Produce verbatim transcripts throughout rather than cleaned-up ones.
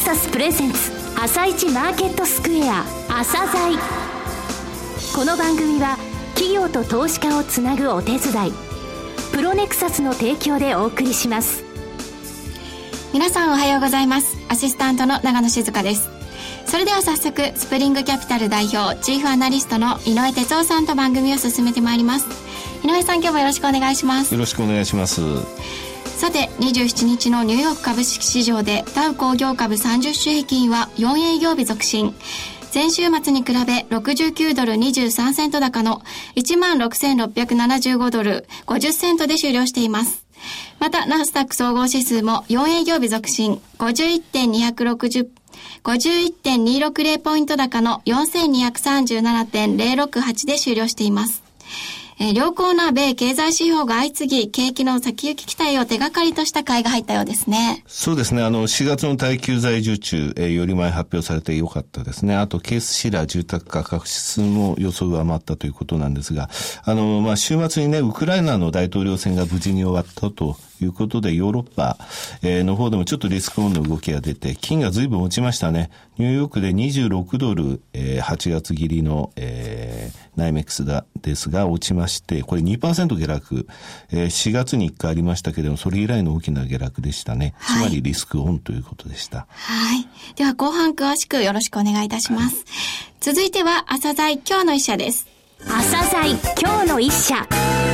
サスプレゼンツ朝一マーケットスクエア朝鮮。この番組は企業と投資家をつなぐお手伝いプロネクサスの提供でお送りします。 皆さんおはようございます。アシスタントの長野静香です。それでは早速スプリングキャピタル代表チーフアナリストの井上哲夫さんと番組を進めてまいります。井上さん、今日もよろしくお願いします。 よろしくお願いします。 さて、にじゅうしちにちのニューヨーク株式市場でダウ工業株さんじゅっ種平均はよん営業日続伸、前週末に比べろくじゅうきゅうドルにじゅうさんセント高の いちまんろくせんろっぴゃくななじゅうごドルごじゅっセントで終了しています。またナスダック総合指数もよん営業日続伸 ごじゅういってんにろくゼロ ごじゅういってんにろくゼロポイント高の よんせんにひゃくさんじゅうななてんゼロろくはち で終了しています。えー、良好な米経済指標が相次ぎ、景気の先行き期待を手がかりとした買いが入ったようですね。 そうですね。あの、しがつの耐久財受注、えー、より前発表されてよかったですね。あと、ケースシラー住宅価格指数も予想上回ったということなんですが、あの、まあ、週末にね、ウクライナの大統領選が無事に終わったということで、ヨーロッパの方でもちょっとリスクオンの動きが出て、金が随分落ちましたね。ニューヨークでにじゅうろくドル、えー、はちがつ切りの、えー、ナイメックスだですが落ちまして、これ にパーセント 下落、えー、しがつにいっかいありましたけれども、それ以来の大きな下落でしたね。はい、つまりリスクオンということでした。 はい。では後半詳しくよろしくお願いいたします。はい、続いては朝鮮今日の一社です。 朝鮮今日の一社。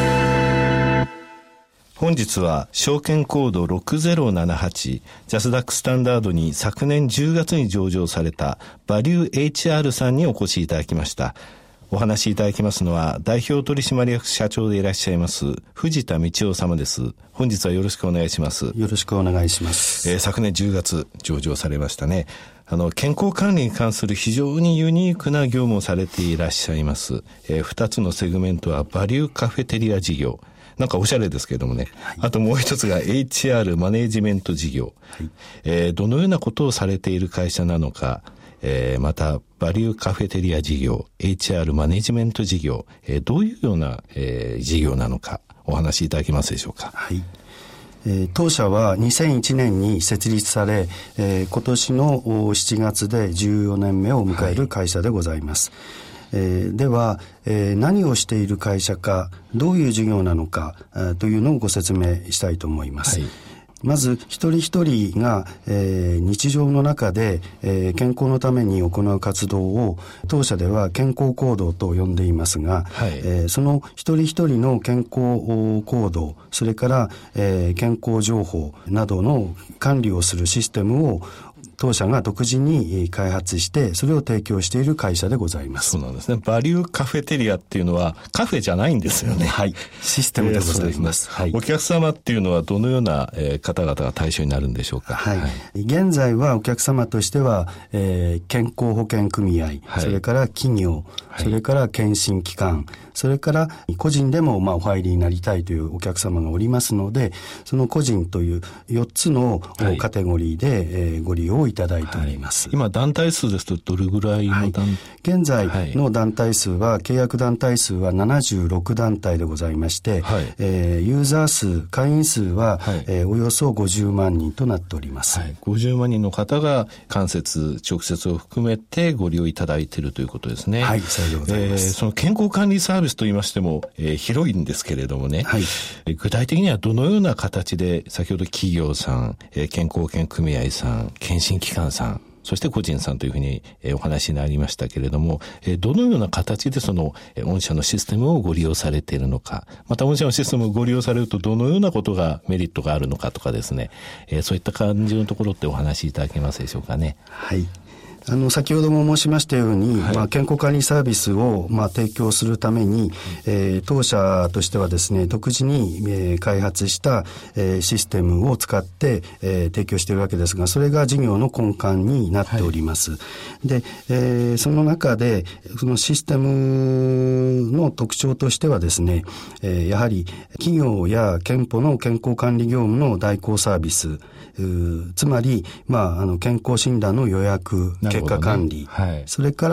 本日は証券コードろくぜろななはちジャスダックスタンダードに昨年じゅうがつに上場されたバリュー エイチアール さんにお越しいただきました。お話しいただきますのは代表取締役社長でいらっしゃいます藤田道夫様です。本日はよろしくお願いします。 よろしくお願いします。 えー、昨年じゅうがつ上場されましたね。あの健康管理に関する非常にユニークな業務をされていらっしゃいます。えー、ふたつのセグメントはバリューカフェテリア事業、なんかおしゃれですけれどもね、はい、あともう一つが エイチアール マネージメント事業、はい、えー、どのようなことをされている会社なのか、えー、またバリューカフェテリア事業、 エイチアール マネージメント事業、えー、どういうような、えー、事業なのかお話しいただけますでしょうか。 はい、えー、当社はにせんいちねんに設立され、えー、今年のしちがつでじゅうよねんめを迎える会社でございます。はい、えー、では、えー、何をしている会社か、どういう事業なのかというのをご説明したいと思います。はい、まず一人一人が、えー、日常の中で、えー、健康のために行う活動を当社では健康行動と呼んでいますが、はい、えー、その一人一人の健康行動、それから、えー、健康情報などの管理をするシステムを当社が独自に開発してそれを提供している会社でございます。 そうなんですね。バリューカフェテリアっていうのはカフェじゃないんですよね。 はい。システムでございます。 はい。お客様っていうのはどのような、えー、方々が対象になるんでしょうか。 はい。はい、現在はお客様としては、えー、健康保険組合、はい、それから企業、はい、それから健診機関、それから個人でもまあお入りになりたいというお客様がおりますので、その個人というよっつのカテゴリーで、はい、えー、ご利用いただいております。 はい、今団体数ですとどれぐらいの団体、はい、 現在の団体数は、契約団体数はななじゅうろくだんたいでございまして、はい、えー、ユーザー数、会員数は、はい、えー、およそごじゅうまんにんとなっております。はい、 ごじゅうまんにんの方が間接、直接を含めてご利用いただいているということですね。 はい、そうでございます。 えー、その健康管理サービスといいましても、えー、広いんですけれどもね、はい、具体的にはどのような形で、先ほど企業さん、えー、健康保険組合さん、健診機関さん、そして個人さんというふうに、えー、お話になりましたけれども、えー、どのような形でその、えー、御社のシステムをご利用されているのか、また御社のシステムをご利用されるとどのようなことがメリットがあるのかとかですね、えー、そういった感じのところってお話しいただけますでしょうかね。 はい。あの先ほども申しましたように、はい、まあ、健康管理サービスを、まあ、提供するために、うん、えー、当社としてはですね、独自に、えー、開発した、えー、システムを使って、えー、提供しているわけですが、それが事業の根幹になっております。はい、で、えー、その中でそのシステムの特徴としてはですね、えー、やはり企業や健保の健康管理業務の代行サービス、つまり、まあ、あの健康診断の予約、結果管理、ね、はい、それから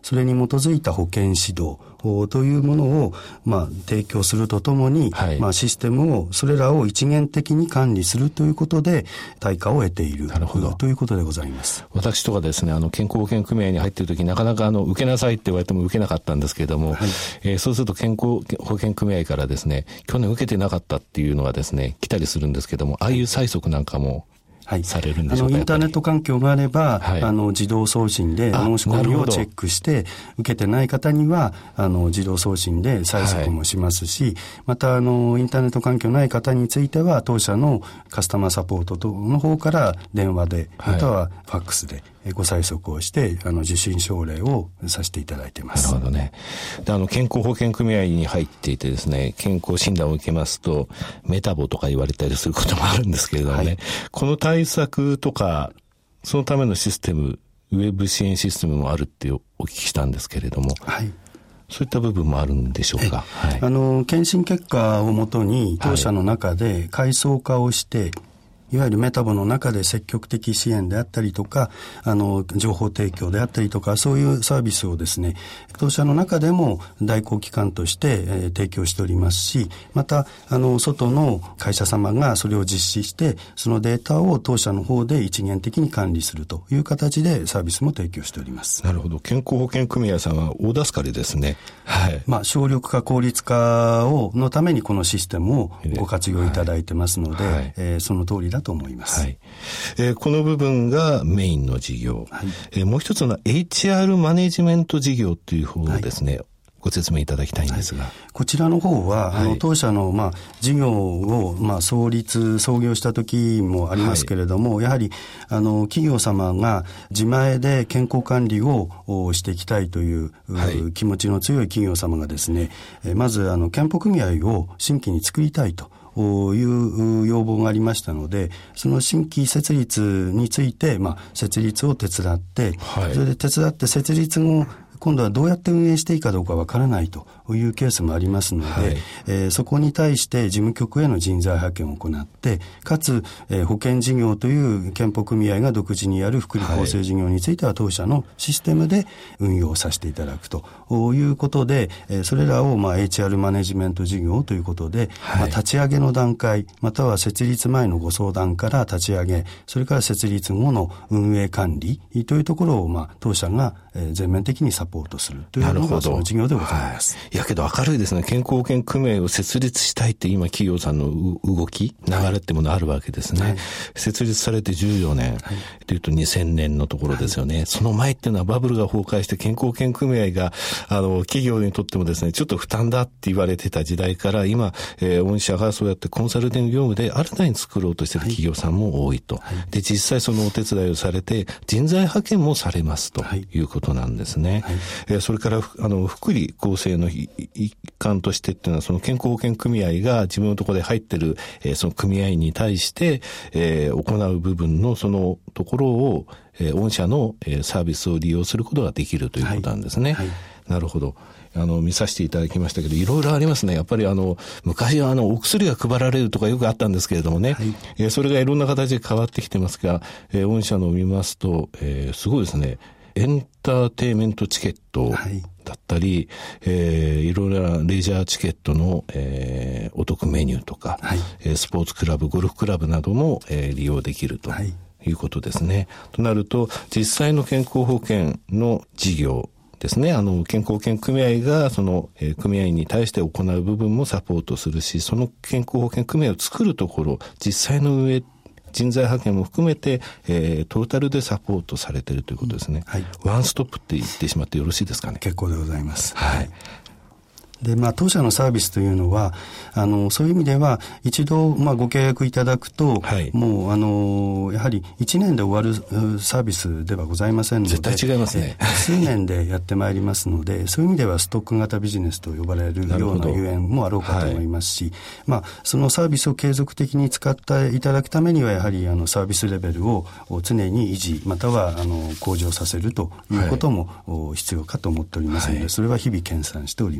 それに基づいた保険指導というものを、まあ、提供するとともに、はい、まあ、システムを、それらを一元的に管理するということで、対価を得ているということでございます。 私とかですね、あの、健康保険組合に入っているとき、なかなかあの、受けなさいって言われても受けなかったんですけれども、はい、えー、そうすると健康保険組合からですね、去年受けてなかったっていうのがですね、来たりするんですけども、ああいう催促なんかも、はい、されるんでしょうか。 あのインターネット環境があれば、はい、あの自動送信で申し込みをチェックして受けてない方にはあの自動送信で催促もしますし、はい、またあのインターネット環境ない方については当社のカスタマーサポート等の方から電話でまたはファックスでご催促をしてあの受診奨励をさせていただいています。 なるほどね。で、あの健康保険組合に入っていてですね、健康診断を受けますとメタボとか言われたりすることもあるんですけれどもね、はい、この対策とかそのためのシステム、ウェブ支援システムもあるってお聞きしたんですけれども、はい、そういった部分もあるんでしょうか。 はい、あの検診結果をもとに当社の中で階層化をして、はい、いわゆるメタボの中で積極的支援であったりとか、あの、情報提供であったりとか、そういうサービスをですね、当社の中でも代行機関として、えー、提供しておりますし、また、あの、外の会社様がそれを実施して、そのデータを当社の方で一元的に管理するという形でサービスも提供しております。 なるほど。健康保険組合さんは大助かりですね。 はい。まあ、省力化、効率化を、のためにこのシステムをご活用いただいてますので、はいはい、えー、その通りだと思います。 はい、えー、この部分がメインの事業、はい、えー、もう一つの エイチアール マネジメント事業という方をですね、はい、ご説明いただきたいんですが、はい、 こちらの方は、はい、あの当社の、まあ、事業を、まあ、創立創業した時もありますけれども、はい、やはりあの企業様が自前で健康管理をしていきたいという、はい、気持ちの強い企業様がですね、えまずあの健保組合を新規に作りたいという要望がありましたので、その新規設立について、まあ、設立を手伝って、はい、それで手伝って設立後、今度はどうやって運営していいかどうかわからないというケースもありますので、はい、えー、そこに対して事務局への人材派遣を行って、かつ、えー、保険事業という健保組合が独自にやる福利厚生事業については当社のシステムで運用させていただくということで、えー、それらを、まあ、エイチアール マネジメント事業ということで、はい、まあ、立ち上げの段階、または設立前のご相談から立ち上げ、それから設立後の運営管理というところを、まあ、当社が全面的にサポートするというのがその事業でございます。 はい、いやけど明るいですね。健康保険組合を設立したいって今企業さんの動き、流れってものあるわけですね。はい、設立されてじゅうよねん、はい、というとにせんねんのところですよね。はい、その前っていうのはバブルが崩壊して健康保険組合があの企業にとってもですね、ちょっと負担だって言われてた時代から今、えー、御社がそうやってコンサルティング業務で新たに作ろうとしている企業さんも多いと。はい、で実際そのお手伝いをされて人材派遣もされますということなんですね。はい、えー、それからあの福利厚生の一環としてっていうのはその健康保険組合が自分のところで入ってる、えー、その組合に対して、えー、行う部分のそのところを、えー、御社の、えー、サービスを利用することができるということなんですね。はいはい、なるほど。あの見させていただきましたけど、いろいろありますね。やっぱりあの昔はあのお薬が配られるとかよくあったんですけれどもね、はい、えー、それがいろんな形で変わってきてますが、えー、御社のを見ますと、えー、すごいですね。エンターテイメントチケットだったり、はい、えー、いろいろなレジャーチケットの、えー、お得メニューとか、はい、えー、スポーツクラブ、ゴルフクラブなども、えー、利用できるということですね。はい、となると実際の健康保険の事業ですね。あの、健康保険組合が、その、えー、組合に対して行う部分もサポートするし、その健康保険組合を作るところ、実際の運営、人材派遣も含めて、えー、トータルでサポートされているということですね。はい、ワンストップって言ってしまってよろしいですかね。 結構でございます。はい。で、まあ、当社のサービスというのは、あの、そういう意味では、一度、まあ、ご契約いただくと、はい、もう、あの、やはり一年で終わるサービスではございませんので、 絶対違いますね。 数年でやってまいりますので、そういう意味ではストック型ビジネスと呼ばれるようなゆえんもあろうかと思いますし、はい、まあ、そのサービスを継続的に使っていただくためには、やはり、あの、サービスレベルを常に維持、または、あの、向上させるということも、はい、必要かと思っておりますので、はい、それは日々研鑽しております。はい、 。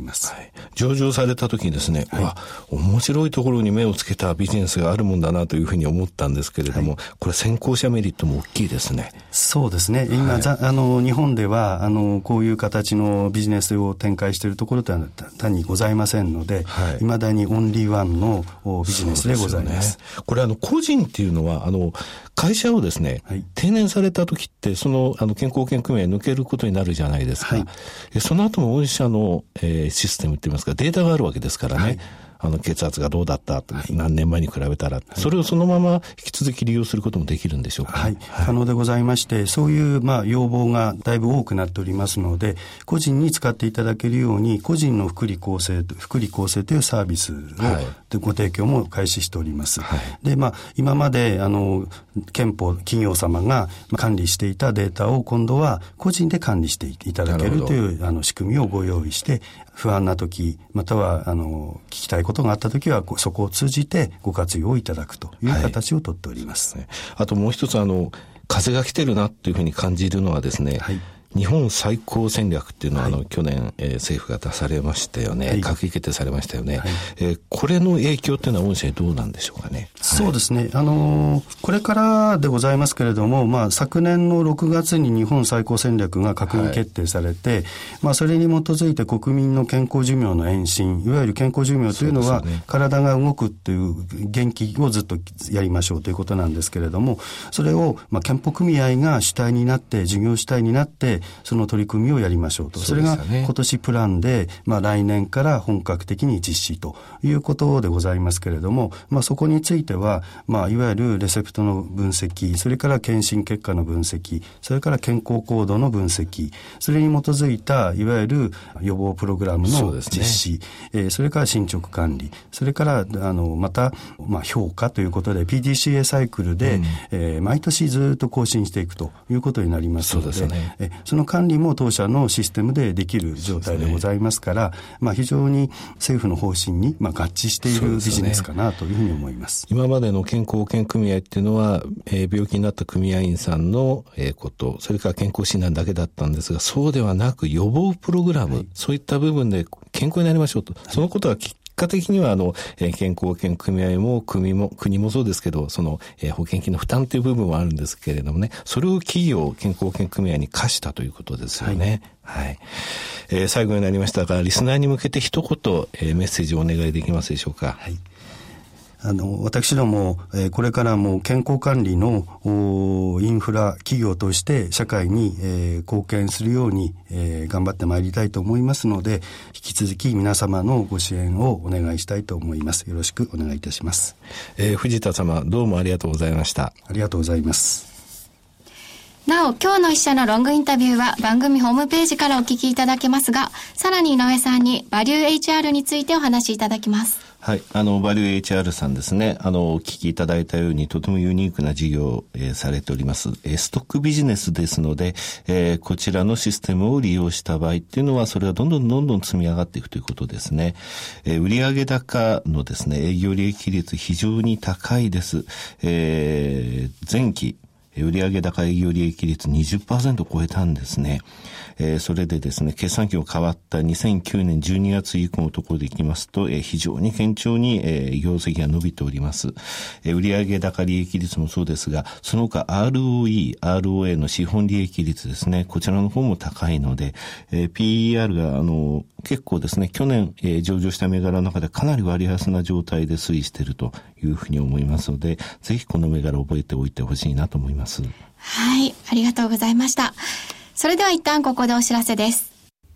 上場された時にですね、はい、わ、面白いところに目をつけたビジネスがあるもんだなというふうに思ったんですけれども、はい、これ先行者メリットも大きいですね。 そうですね。今、はい、あの日本ではあのこういう形のビジネスを展開しているところというのは単にございませんので、はい、未だにオンリーワンのビジネスでございます。 そうですよね。これあの個人っていうのはあの会社をですね、はい、定年された時ってそのあの健康保険組合抜けることになるじゃないですか。はい、その後も御社の、えー、システムって言いますかデータがあるわけですからね。はい、あの血圧がどうだったと、はい、何年前に比べたら、はい、それをそのまま引き続き利用することもできるんでしょうか。 はい、はい、可能でございまして、そういうまあ要望がだいぶ多くなっておりますので、個人に使っていただけるように個人の福利厚生福利厚生というサービスを、はい、ご提供も開始しております。はい、でまあ今まであの憲法企業様が管理していたデータを今度は個人で管理していただけるというあの仕組みをご用意して、不安な時またはあの聞きたいことがあったときはそこを通じてご活用いただくという形をとっております。 はい、あともう一つあの風が来てるなというふうに感じるのはですね、はい、日本最高戦略っていうのは、はい、あの去年、えー、政府が出されましたよね、はい、閣議決定されましたよね。はい、えー、これの影響っていうのは御社にどうなんでしょうかね。 そうですね、あのー、これからでございますけれども、まあ、昨年のろくがつに日本最高戦略が閣議決定されて、はい、まあ、それに基づいて国民の健康寿命の延伸、いわゆる健康寿命というのは、ね、体が動くっていう元気をずっとやりましょうということなんですけれども、それを、まあ、健保組合が主体になって事業主体になってその取り組みをやりましょうと。それが今年プランで、まあ、来年から本格的に実施ということでございますけれども、まあ、そこについては、まあ、いわゆるレセプトの分析、それから検診結果の分析、それから健康コードの分析、それに基づいたいわゆる予防プログラムの実施、 そ, ねえー、それから進捗管理、それからあのまた、まあ、評価ということで ピーディーシーエー サイクルで、うん、えー、毎年ずっと更新していくということになりますので、 そうですね、えその管理も当社のシステムでできる状態でございますから、ね、まあ、非常に政府の方針に、まあ、合致しているビジネスかなというふうに思います。 今までの健康保険組合っていうのは、えー、病気になった組合員さんの、えー、こと、それから健康診断だけだったんですが、そうではなく予防プログラム、はい、そういった部分で健康になりましょうと、はい、そのことは結果的にはあの、えー、健康保険組合も国も国もそうですけど、その、えー、保険金の負担という部分はあるんですけれどもね、それを企業健康保険組合に課したということですよね。はい、はい、えー、最後になりましたが、リスナーに向けて一言、えー、メッセージをお願いできますでしょうか。 はい、あの私ども、えー、これからも健康管理のインフラ企業として社会に、えー、貢献するように、えー、頑張ってまいりたいと思いますので、引き続き皆様のご支援をお願いしたいと思います。よろしくお願いいたします。 えー、藤田様、どうもありがとうございました。 ありがとうございます。 なお、今日の一社のロングインタビューは番組ホームページからお聞きいただけますが、さらに井上さんにバリュー エイチアール についてお話しいただきます。 はい。あの、バリュー エイチアール さんですね。あの、お聞きいただいたように、とてもユニークな事業を、えー、されております。えー、ストックビジネスですので、えー、こちらのシステムを利用した場合っていうのは、それはどんどんどんどん積み上がっていくということですね。えー、売上高のですね、営業利益率非常に高いです。えー、前期、売上高営業利益率 にじゅっパーセント を超えたんですね。えー、それでですね、決算期を変わったにせんきゅうねんじゅうにがつ以降のところでいきますと、えー、非常に堅調に、えー、業績が伸びております。えー、売上高利益率もそうですが、その他 アールオーイー、アールオーエー の資本利益率ですね、こちらの方も高いので、えー、ピーイーアール があの結構ですね、去年、えー、上場した銘柄の中でかなり割安な状態で推移しているというふうに思いますので、ぜひこの銘柄を覚えておいてほしいなと思います。 はい、ありがとうございました。それでは一旦ここでお知らせです。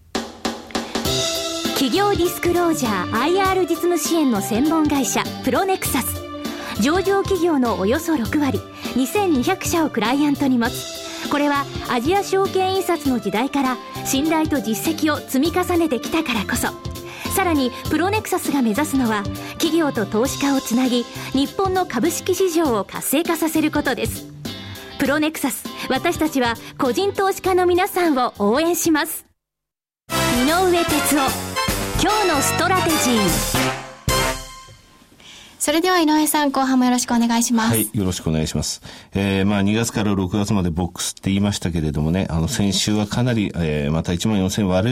企業ディスクロージャー アイアール 実務支援の専門会社プロネクサス、上場企業のおよそろくわり、にせんにひゃくしゃをクライアントに持つ。これはアジア証券印刷の時代から信頼と実績を積み重ねてきたからこそ、さらにプロネクサスが目指すのは企業と投資家をつなぎ、日本の株式市場を活性化させることです。プロネクサス、私たちは個人投資家の皆さんを応援します。井上哲夫、今日のストラテジー。 それでは井上さん、後半もよろしくお願いします。 はい、よろしくお願いします。えー、まあにがつからろくがつまでボックスって言いましたけれどもね、あの先週はかなり、えー、またいちまんよんせん割れる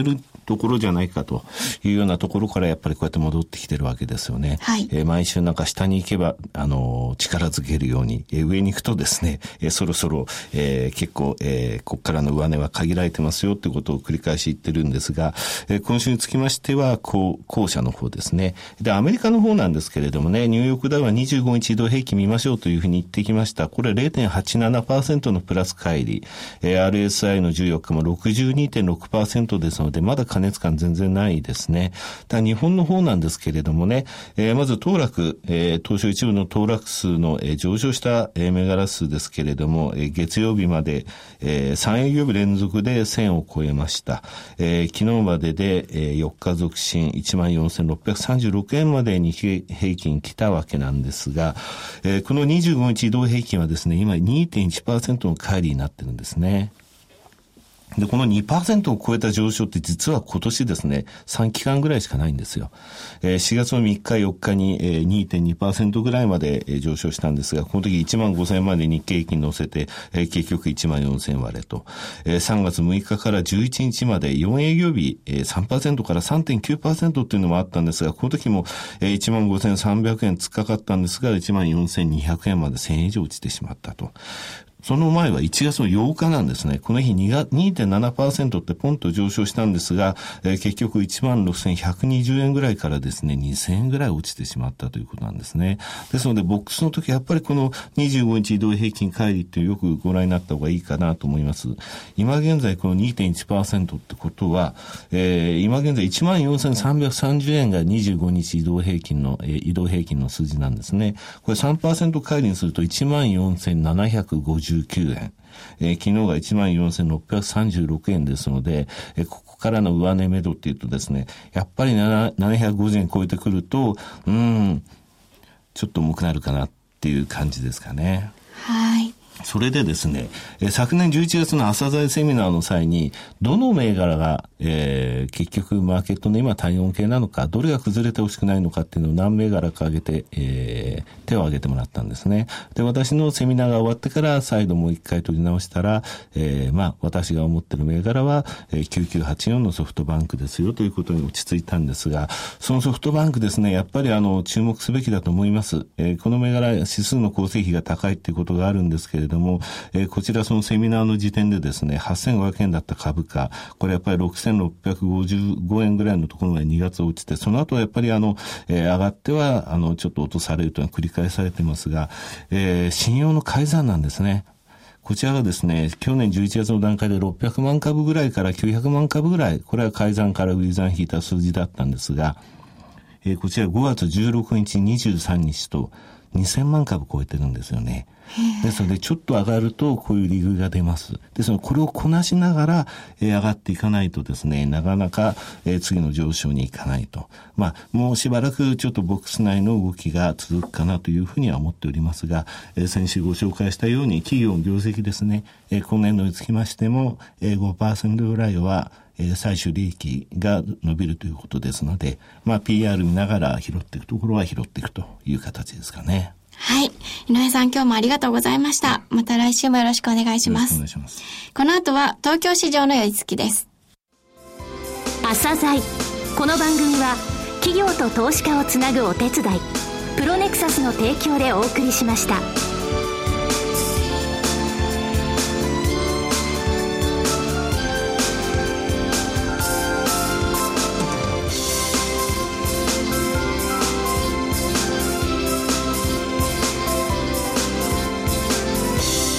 ところじゃないかというようなところからやっぱりこうやって戻ってきてるわけですよね。 はい、 えー、毎週なんか下に行けば、あのー、力づけるように、えー、上に行くとですね、えー、そろそろ、えー、結構、えー、ここからの上値は限られてますよってことを繰り返し言ってるんですが、えー、今週につきましては、後者の方ですね。で、アメリカの方なんですけれどもね、ニューヨークダウはにじゅうごにち移動平均見ましょうというふうに言ってきました。これ れいてんはちななパーセント のプラス乖離、えー、アールエスアイ のじゅうよっかも ろくじゅうにてんろくパーセント ですので、まだ過熱感全然ないですね。ただ日本の方なんですけれどもね、えー、まず騰落、えー、東証一部の騰落数の、えー、上昇した、えー、銘柄数ですけれども、えー、月曜日まで、えー、さん営業日連続でせんを超えました。えー、昨日までで、えー、よっか続伸 いちまんよんせんろっぴゃくさんじゅうろくえんまで日経平均来たわけなんですが、えー、このにじゅうごにち移動平均はですね、今 にてんいちパーセント の乖離になってるんですね。で、この にパーセント を超えた上昇って実は今年ですね、さんきかんぐらいしかないんですよ。えー、しがつのみっかよっかに、えー、にてんにパーセント ぐらいまで、えー、上昇したんですが、この時いちまんごせんえんまで日経平均乗せて、えー、結局いちまんよんせん割れと、えー、さんがつむいかからじゅういちにちまでよん営業日、えー、さんパーセント から さんてんきゅうパーセント っていうのもあったんですが、この時も、えー、いちまんごせんさんびゃくえん突っかかったんですが、いちまんよんせんにひゃくえんまでせんえん以上落ちてしまったと。その前はいちがつのようかなんですね。この日 にてんななパーセント ってポンと上昇したんですが、えー、結局 いちまんろくせんひゃくにじゅうえんぐらいからですね、にせんえんぐらい落ちてしまったということなんですね。ですので、ボックスの時やっぱりこのにじゅうごにち移動平均乖離ってよくご覧になった方がいいかなと思います。今現在この にてんいちパーセント ってことは、えー、今現在 いちまんよんせんさんびゃくさんじゅうえんがにじゅうごにち移動平均の、えー、移動平均の数字なんですね。これ さんパーセント 乖離にすると いちまんよんせんななひゃくごじゅうきゅうえん。えー、昨日が いちまんよんせんろっぴゃくさんじゅうろくえんですので、えー、ここからの上値目処っていうとですね、やっぱりななひゃくごじゅうえん超えてくると、うーん、ちょっと重くなるかなっていう感じですかね。 はい。 それでですね、え昨年じゅういちがつの朝鮮セミナーの際に、どの銘柄が、えー、結局マーケットの今体温計なのか、どれが崩れてほしくないのかっていうのを何銘柄か挙げて、えー、手を挙げてもらったんですね。で、私のセミナーが終わってから再度もう一回取り直したら、えー、まあ、私が思ってる銘柄は、えー、きゅうきゅうはちよんのソフトバンクですよということに落ち着いたんですが、そのソフトバンクですね、やっぱりあの、注目すべきだと思います。えー、この銘柄指数の構成比が高いっていうことがあるんですけれども、えー、こちらそのセミナーの時点でですね、はっせんごひゃくえんだった株価、これやっぱりろくせんろっぴゃくごじゅうごえんぐらいのところがにがつ落ちて、その後はやっぱりあの、えー、上がっては、あの、ちょっと落とされるというのは繰り返されてますが、えー、信用の改ざんなんですね。こちらがですね、去年じゅういちがつの段階でろっぴゃくまんかぶぐらいからきゅうひゃくまんかぶぐらい、これは改ざんから売り算引いた数字だったんですが、えー、こちらごがつじゅうろくにち、にじゅうさんにちとにせんまんかぶ超えてるんですよね。ですので、ちょっと上がるとこういう利食いが出ます。ですので、これをこなしながら、えー、上がっていかないとですね、なかなか、えー、次の上昇に行かないと。まあ、もうしばらくちょっとボックス内の動きが続くかなというふうには思っておりますが、えー、先週ご紹介したように企業の業績ですね、えー、今年度につきましても、えー、ごパーセント ぐらいは、えー、最終利益が伸びるということですので、まあ、ピーアール 見ながら拾っていくところは拾っていくという形ですかね。 はい。井上さん、今日もありがとうございました。また来週もよろしくお願いします。 よろしくお願いします。 この後は東京市場の寄り付きです。 朝鮮。この番組は企業と投資家をつなぐお手伝い、プロネクサスの提供でお送りしました。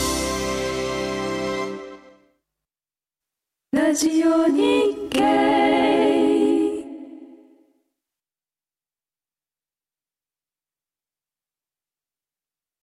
ラジオ日経